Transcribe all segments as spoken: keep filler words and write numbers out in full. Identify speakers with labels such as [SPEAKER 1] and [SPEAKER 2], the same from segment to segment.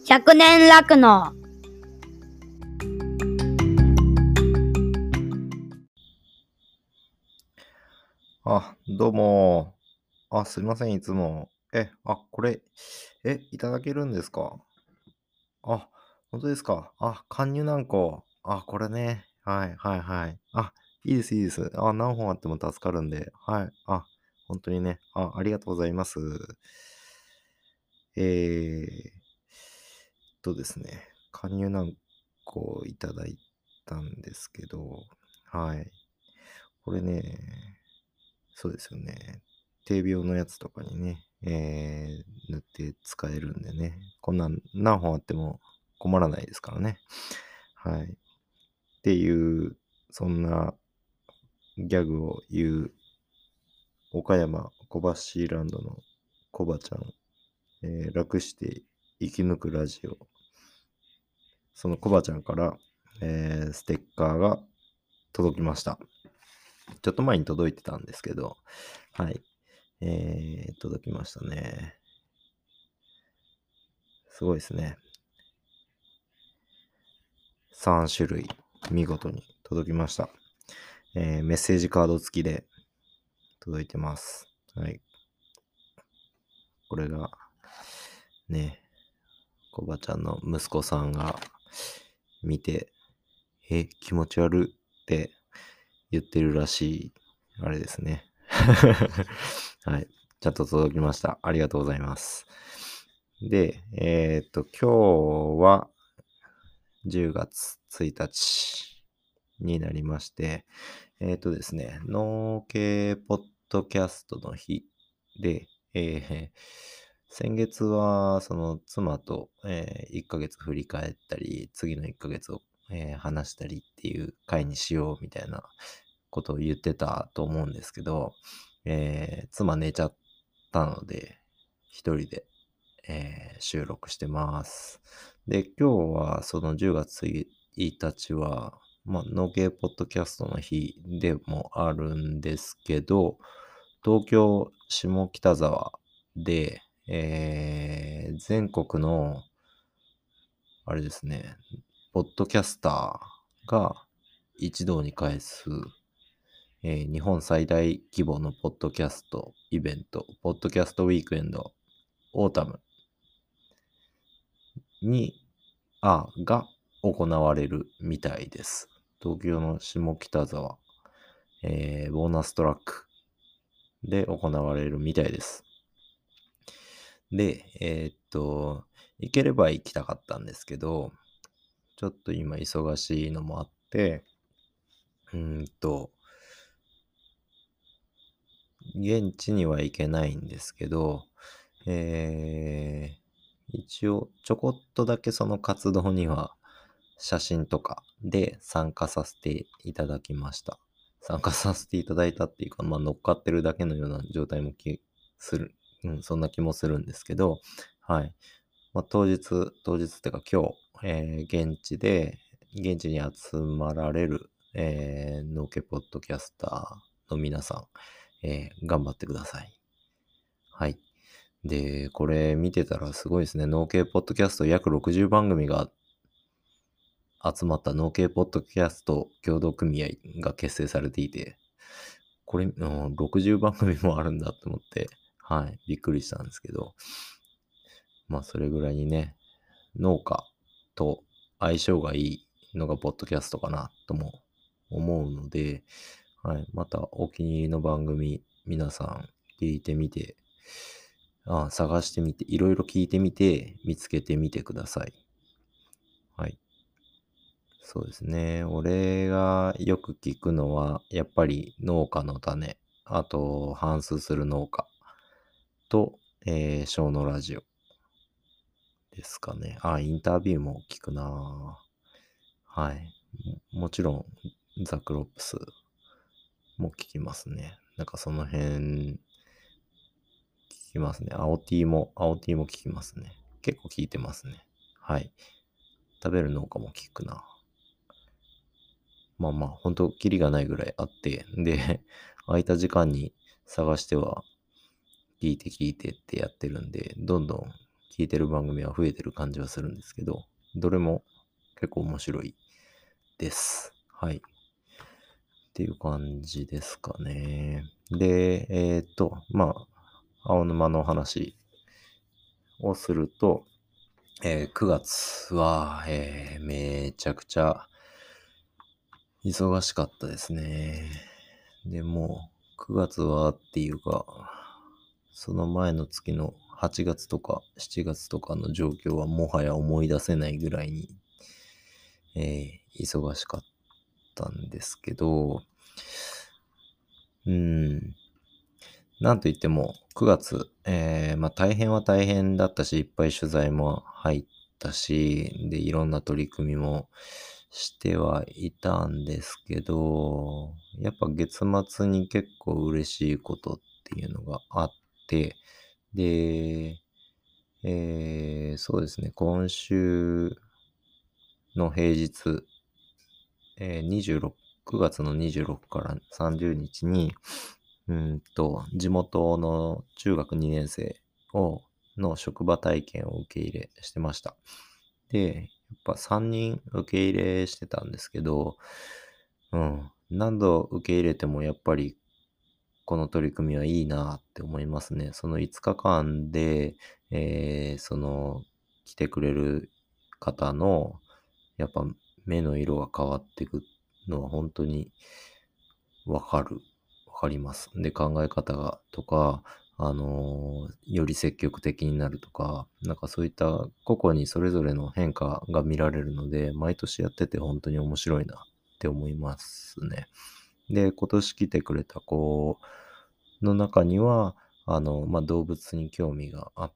[SPEAKER 1] 百年楽の
[SPEAKER 2] あ、どうも。あ、すいません、いつも。え、あ、これ、え、いただけるんですか？あ、本当ですか？あ、貫入何個。あ、これね。はいはいはい。あ、いいですいいです。あ、何本あっても助かるんで。はい。あ、本当にね。あ、ありがとうございます。えーっとですね。貫入何個いただいたんですけど、はい。これね、そうですよね。低病のやつとかにね、えー塗って使えるんでね。こんなん何本あっても困らないですからね。はい。っていう、そんなギャグを言う、岡山小橋ランドのコバちゃん、えー楽して生き抜くラジオ。そのコバちゃんから、えーステッカーが届きました。ちょっと前に届いてたんですけど、はい。えー、届きましたね。すごいですね。さん種類見事に届きました。えーメッセージカード付きで届いてます。はい。これが、ね、コバちゃんの息子さんが見て、え、気持ち悪って言ってるらしい、あれですね。はい。ちゃんと届きました。ありがとうございます。で、えーっと、今日はじゅうがつついたちになりまして、えっ、とですね、農系ポッドキャストの日で、えー先月はその妻と、えーいっかげつ振り返ったり、次のいっかげつを、えー話したりっていう回にしようみたいなことを言ってたと思うんですけど、えー妻寝ちゃったので、一人で、えー収録してます。で、今日はそのじゅうがつついたちは、まあ、農系ポッドキャストの日でもあるんですけど、東京下北沢で、えー全国の、あれですね、ポッドキャスターが一堂に会す、えー日本最大規模のポッドキャストイベント、ポッドキャストウィークエンドオータムに、あ、が行われるみたいです。東京の下北沢、えーボーナストラックで行われるみたいです。で、えーっと、行ければ行きたかったんですけど、ちょっと今忙しいのもあって、うーんと、現地には行けないんですけど、えー一応ちょこっとだけその活動には写真とかで参加させていただきました。参加させていただいたっていうか、まあ乗っかってるだけのような状態もきする、うん、そんな気もするんですけど、はい。まあ当日、当日っていうか今日、えー現地で、現地に集まられる、えー、農家ポッドキャスターの皆さん、えー頑張ってください。はい。で、これ見てたらすごいですね。農系ポッドキャスト約ろくじゅうばん組が集まった農系ポッドキャスト協同組合が結成されていて、これ、うん、ろくじゅうばん組もあるんだと思って、はい、びっくりしたんですけど、まあそれぐらいにね、農家と相性がいいのがポッドキャストかなとも思うので、はい、またお気に入りの番組、皆さん聞いてみて、あ探してみて、いろいろ聞いてみて、見つけてみてください。はい。そうですね。俺がよく聞くのは、やっぱり農家の種、あと、反数する農家と、えー、小のラジオですかね。あ、インタビューも聞くな。はい。も、もちろん、ザ・クロップスも聞きますね。なんかその辺、聞きますね。青 T も、青 T も聞きますね。結構聞いてますね。はい。食べる農家も聞くな。まあまあ、ほんと、キリがないぐらいあって、で、空いた時間に探しては、聞いて聞いてってやってるんで、どんどん聞いてる番組は増えてる感じはするんですけど、どれも結構面白いです。はい。っていう感じですかね。で、えーっと、まあ、青沼の話をすると、えーくがつは、えーめちゃくちゃ忙しかったですね。でもう、くがつはっていうか、その前の月のはちがつとかしちがつとかの状況はもはや思い出せないぐらいに、えー忙しかったんですけど、うーん、なんといってもくがつ、えーまあ大変は大変だったし、いっぱい取材も入ったし、で、いろんな取り組みもしてはいたんですけど、やっぱ月末に結構嬉しいことっていうのがあって、で、えーそうですね、今週の平日、えー、にじゅうろく、くがつのにじゅうろくからさんじゅうにちに、うーんと、地元の中学にねん生を、の職場体験を受け入れしてました。で、やっぱさんにん受け入れしてたんですけど、うん、何度受け入れてもやっぱりこの取り組みはいいなって思いますね。そのいつかかんで、えーその来てくれる方のやっぱ目の色が変わっていくのは本当にわかる。わかります。で、考え方がとか、あのーより積極的になるとか、なんかそういった個々にそれぞれの変化が見られるので、毎年やってて本当に面白いなって思いますね。で、今年来てくれた子の中には、あの、まあ、動物に興味があって、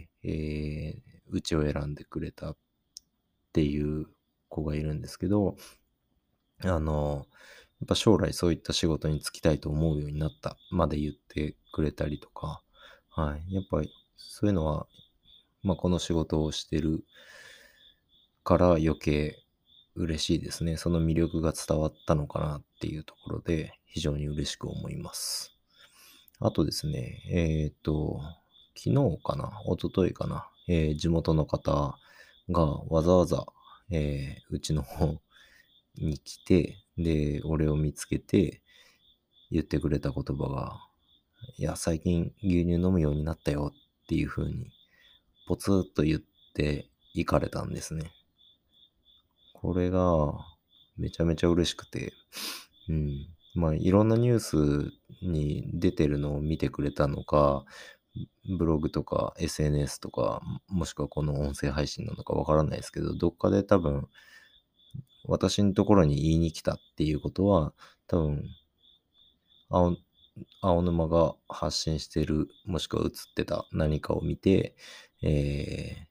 [SPEAKER 2] えーうちを選んでくれたっていう子がいるんですけど、あの、やっぱ将来そういった仕事に就きたいと思うようになったまで言ってくれたりとか、はい。やっぱりそういうのは、まあ、この仕事をしてるから余計嬉しいですね。その魅力が伝わったのかなっていうところで非常に嬉しく思います。あとですね、えっと、昨日かな、一昨日かな、えー地元の方がわざわざ、えーうちの方に来て、で、俺を見つけて言ってくれた言葉が、いや、最近牛乳飲むようになったよっていう風に、ポツッと言って行かれたんですね。これが、めちゃめちゃ嬉しくて、うん。まあ、いろんなニュースに出てるのを見てくれたのか、ブログとか エスエヌエス とか、もしくはこの音声配信なのかわからないですけど、どっかで多分、私のところに言いに来たっていうことは、多分、青青沼が発信してる、もしくは映ってた何かを見て、え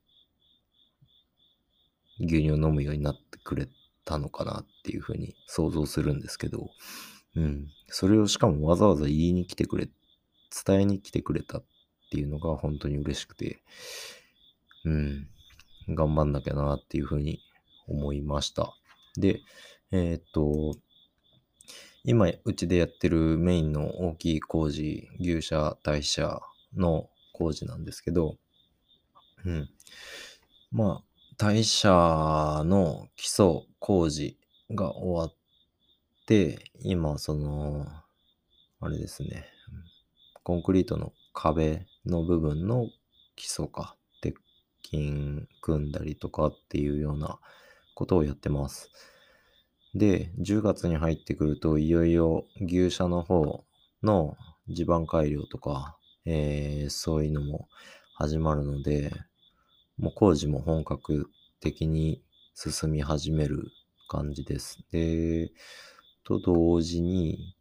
[SPEAKER 2] ー牛乳を飲むようになってくれたのかなっていうふうに想像するんですけど、うん。それをしかもわざわざ言いに来てくれ、伝えに来てくれたっていうのが本当に嬉しくて、うん。頑張んなきゃなっていうふうに思いました。で、えーっと、今、うちでやってるメインの大きい工事、牛舎、大社の工事なんですけど、うん。まあ、大社の基礎工事が終わって、今、その、あれですね、コンクリートの壁の部分の基礎か、鉄筋組んだりとかっていうようなことをやってます。で、じゅうがつに入ってくると、いよいよ牛舎の方の地盤改良とか、えーそういうのも始まるので、もう工事も本格的に進み始める感じです。で、と同時に、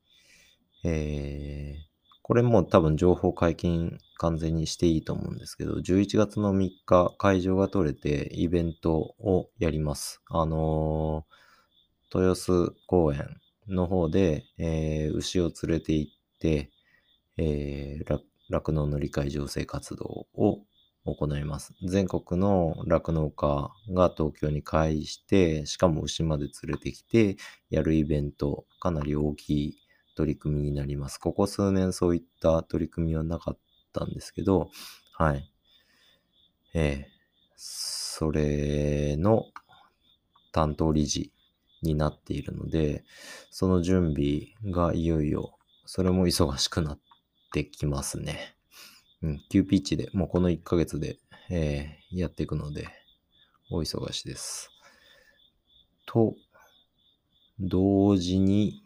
[SPEAKER 2] えーこれも多分情報解禁完全にしていいと思うんですけど、じゅういちがつのみっか会場が取れてイベントをやります。あのー豊洲公園の方で、えー牛を連れて行って、えー、酪農の理解醸成活動を行います。全国の酪農家が東京に会して、しかも牛まで連れてきてやるイベント、かなり大きい取り組みになります。ここ数年そういった取り組みはなかったんですけど、はい。 ええ、それの担当理事になっているので、その準備がいよいよ、それも忙しくなってきますね。うん、急ピッチで、もうこのいっかげつで、えーやっていくので、お忙しいです。と、同時に、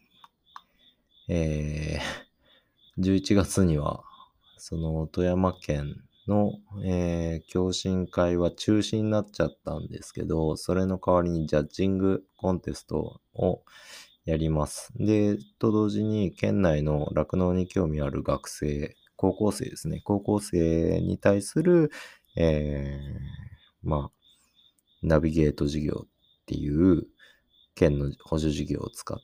[SPEAKER 2] えーじゅういちがつには、その富山県の、えー共進会は中止になっちゃったんですけど、それの代わりにジャッジングコンテストをやります。で、と同時に県内の酪農に興味ある学生、高校生ですね。高校生に対する、えーまあ、ナビゲート事業っていう県の補助事業を使った、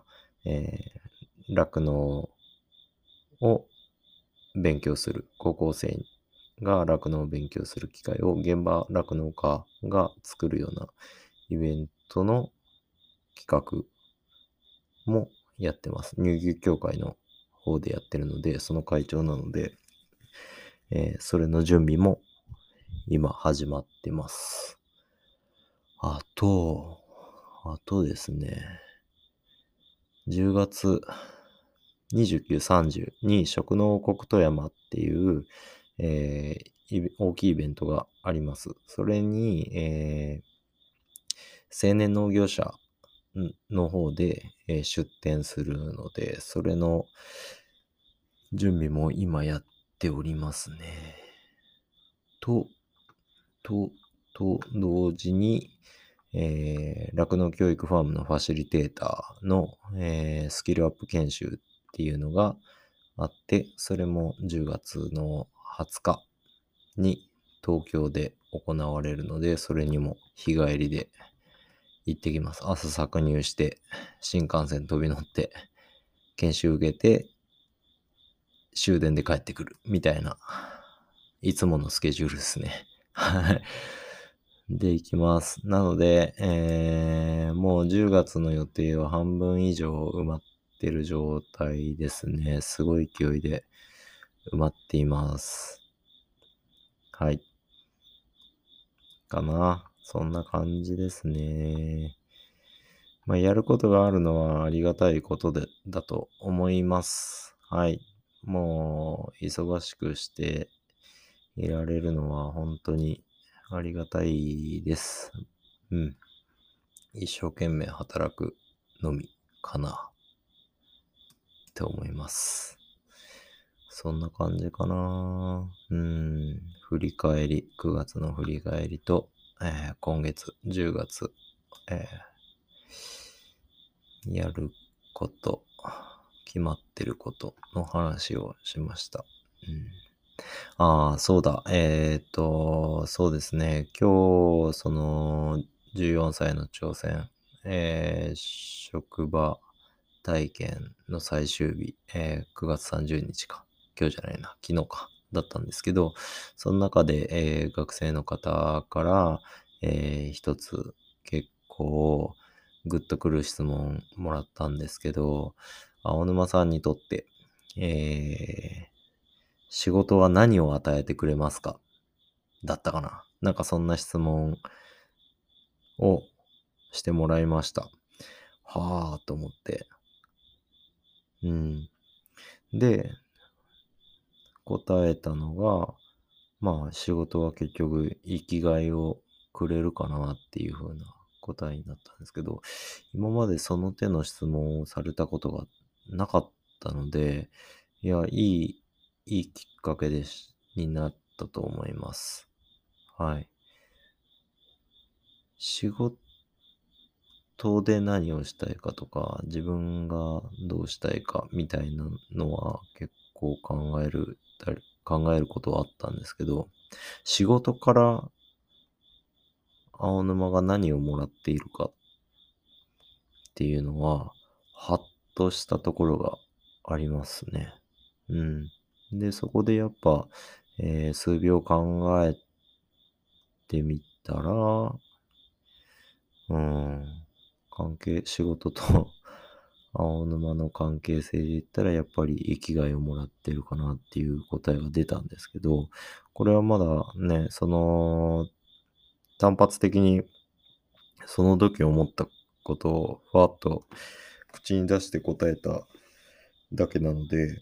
[SPEAKER 2] えー酪農を勉強する、高校生が酪農を勉強する機会を現場酪農家が作るようなイベントの企画もやってます。乳牛協会の方でやってるので、その会長なので、えーそれの準備も今始まってます。あと、あとですね、じゅうがつにじゅうく、さんじゅうに食の王国富山っていう、えーイベ大きいイベントがあります。それに、えー青年農業者の方で、えー出展するので、それの準備も今やっておりますね。と、と、と、同時に、えー、酪農教育ファームのファシリテーターの、えースキルアップ研修っていうのがあって、それもじゅうがつのはつかに東京で行われるので、それにも日帰りで行ってきます。朝搾乳して、新幹線飛び乗って、研修受けて、終電で帰ってくるみたいな、いつものスケジュールですね。はい。で、行きます。なので、えー、もうじゅうがつの予定は半分以上埋まってる状態ですね。すごい勢いで埋まっています。はい。かな。そんな感じですね。まあ、やることがあるのはありがたいことで、だと思います。はい。もう、忙しくしていられるのは本当にありがたいです。うん。一生懸命働くのみかなって思います。そんな感じかな。うん。振り返り、くがつの振り返りと、えー今月、じゅうがつ、えーやること、決まってることの話をしました。うん、ああ、そうだ。えっと、そうですね。今日、その、じゅうよんさいの挑戦、えー職場体験の最終日、えーくがつさんじゅうにちか。今日じゃないな。昨日か。だったんですけど、その中で、えー学生の方から、えー一つ結構グッとくる質問もらったんですけど、青沼さんにとって、えー仕事は何を与えてくれますかだったかな。なんかそんな質問をしてもらいました。はぁと思って。うん。で、答えたのが、まあ仕事は結局生きがいをくれるかなっていう風な答えになったんですけど、今までその手の質問をされたことがなかったので、いや、いい、いいきっかけです、になったと思います。はい。仕事で何をしたいかとか、自分がどうしたいかみたいなのは結構考える、考えることはあったんですけど、仕事から青沼が何をもらっているかっていうのは、はっとしたところがありますね。うん。で、そこでやっぱ、えー数秒考えてみたら、うん、関係、仕事と青沼の関係性で言ったらやっぱり生きがいをもらってるかなっていう答えが出たんですけど、これはまだね、その単発的にその時思ったことをふわっと口に出して答えただけなので、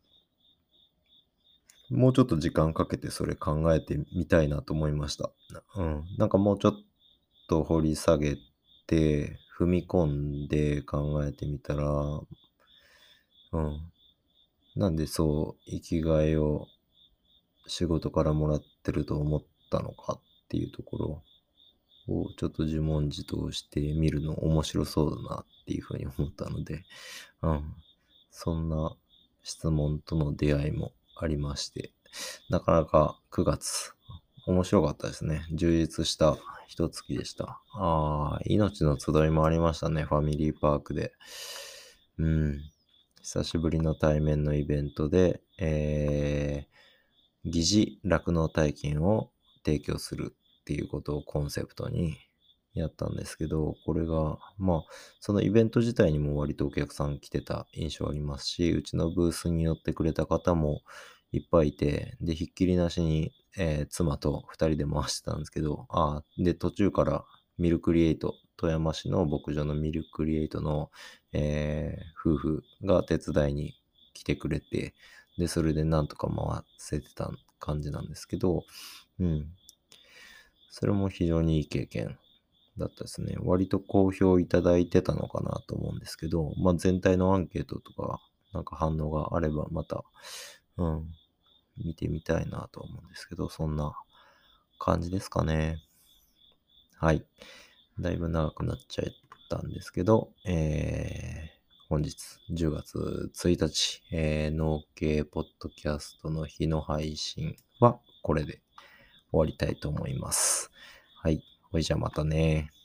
[SPEAKER 2] もうちょっと時間かけてそれ考えてみたいなと思いました。うん。なんかもうちょっと掘り下げて、踏み込んで考えてみたら、うん。なんでそう生きがいを仕事からもらってると思ったのかっていうところをちょっと自問自答してみるの面白そうだなっていうふうに思ったので、うん。そんな質問との出会いもありまして、なかなかくがつ、面白かったですね。充実した一月でした。ああ、命の集いもありましたね、ファミリーパークで。うん。久しぶりの対面のイベントで、えー、疑似酪農体験を提供するっていうことをコンセプトにやったんですけど、これが、まあ、そのイベント自体にも割とお客さん来てた印象ありますし、うちのブースに寄ってくれた方もいっぱいいて、で、ひっきりなしに、えー妻とふたりで回してたんですけど、あーで、途中からミルクリエイト、富山市の牧場のミルクリエイトの、えー夫婦が手伝いに来てくれて、で、それでなんとか回せてた感じなんですけど、うん。それも非常にいい経験だったですね。割と好評いただいてたのかなと思うんですけど、まあ全体のアンケートとか、なんか反応があればまた、うん、見てみたいなと思うんですけど、そんな感じですかね。はい。だいぶ長くなっちゃったんですけど、えー、本日じゅうがつついたち、えー、農系ポッドキャストの日の配信はこれで終わりたいと思います。はい。ほいじゃあまたね。